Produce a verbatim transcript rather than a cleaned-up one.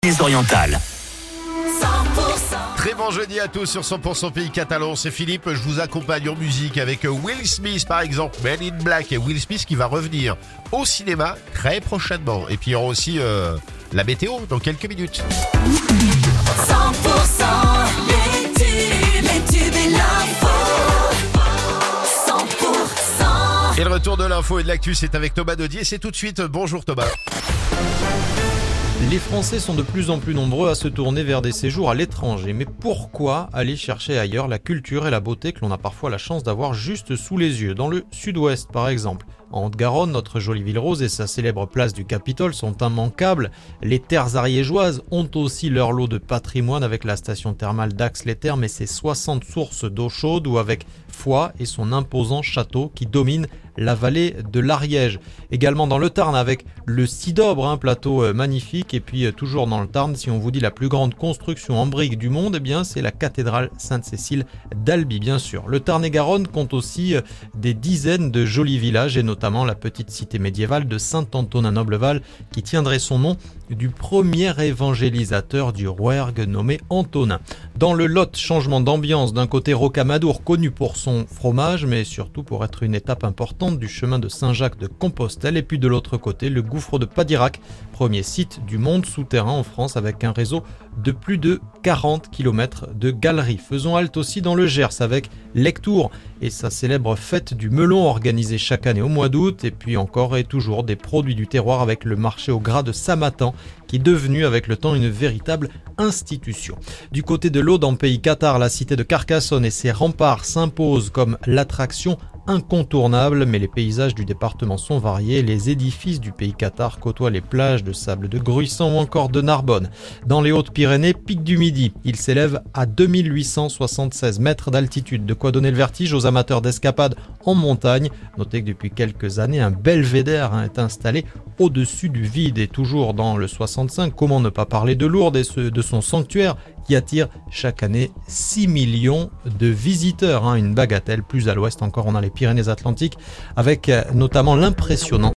Les orientales. Très bon jeudi à tous sur cent pour cent Pays Catalan, c'est Philippe, je vous accompagne en musique avec Will Smith par exemple, Men in Black, et Will Smith qui va revenir au cinéma très prochainement. Et puis il y aura aussi euh, la météo dans quelques minutes. cent pour cent les tubes, les tubes et l'info. cent pour cent. Et le retour de l'info et de l'actu, c'est avec Thomas Dodier, c'est tout de suite. Bonjour Thomas. Les Français sont de plus en plus nombreux à se tourner vers des séjours à l'étranger. Mais pourquoi aller chercher ailleurs la culture et la beauté que l'on a parfois la chance d'avoir juste sous les yeux? Dans le sud-ouest par exemple. En Haute-Garonne, notre jolie ville rose et sa célèbre place du Capitole sont immanquables. Les terres ariégeoises ont aussi leur lot de patrimoine avec la station thermale d'Ax-les-Thermes et ses soixante sources d'eau chaude, ou avec Foix et son imposant château qui domine la vallée de l'Ariège. Également dans le Tarn avec le Cidobre, un plateau magnifique. Et puis toujours dans le Tarn, si on vous dit la plus grande construction en briques du monde, eh bien c'est la cathédrale Sainte-Cécile d'Albi bien sûr. Le Tarn-et-Garonne compte aussi des dizaines de jolis villages et notamment la petite cité médiévale de Saint-Antonin-Nobleval qui tiendrait son nom du premier évangélisateur du Rouergue nommé Antonin. Dans le Lot, changement d'ambiance, d'un côté Rocamadour connu pour son fromage mais surtout pour être une étape importante du chemin de Saint-Jacques de Compostelle, et puis de l'autre côté le gouffre de Padirac, premier site du monde souterrain en France avec un réseau de plus de quarante kilomètres de galeries. Faisons halte aussi dans le Gers avec Lectoure et sa célèbre fête du melon organisée chaque année au mois d'août, et puis encore et toujours des produits du terroir avec le marché au gras de Samatan qui est devenu avec le temps une véritable institution. Du côté de l'Aude en pays cathare, la cité de Carcassonne et ses remparts s'imposent comme l'attraction incontournable, mais les paysages du département sont variés. Les édifices du pays cathare côtoient les plages de sable de Gruissan ou encore de Narbonne. Dans les Hautes-Pyrénées, pic du Midi, il s'élève à deux mille huit cent soixante-seize mètres d'altitude, de quoi donner le vertige aux amateurs d'escapades en montagne. Notez que depuis quelques années, un belvédère est installé au-dessus du vide. Et toujours dans le soixante-cinq, comment ne pas parler de Lourdes et de son sanctuaire qui attire chaque année six millions de visiteurs, hein, une bagatelle. Plus à l'ouest encore, on a les Pyrénées-Atlantiques avec notamment l'impressionnant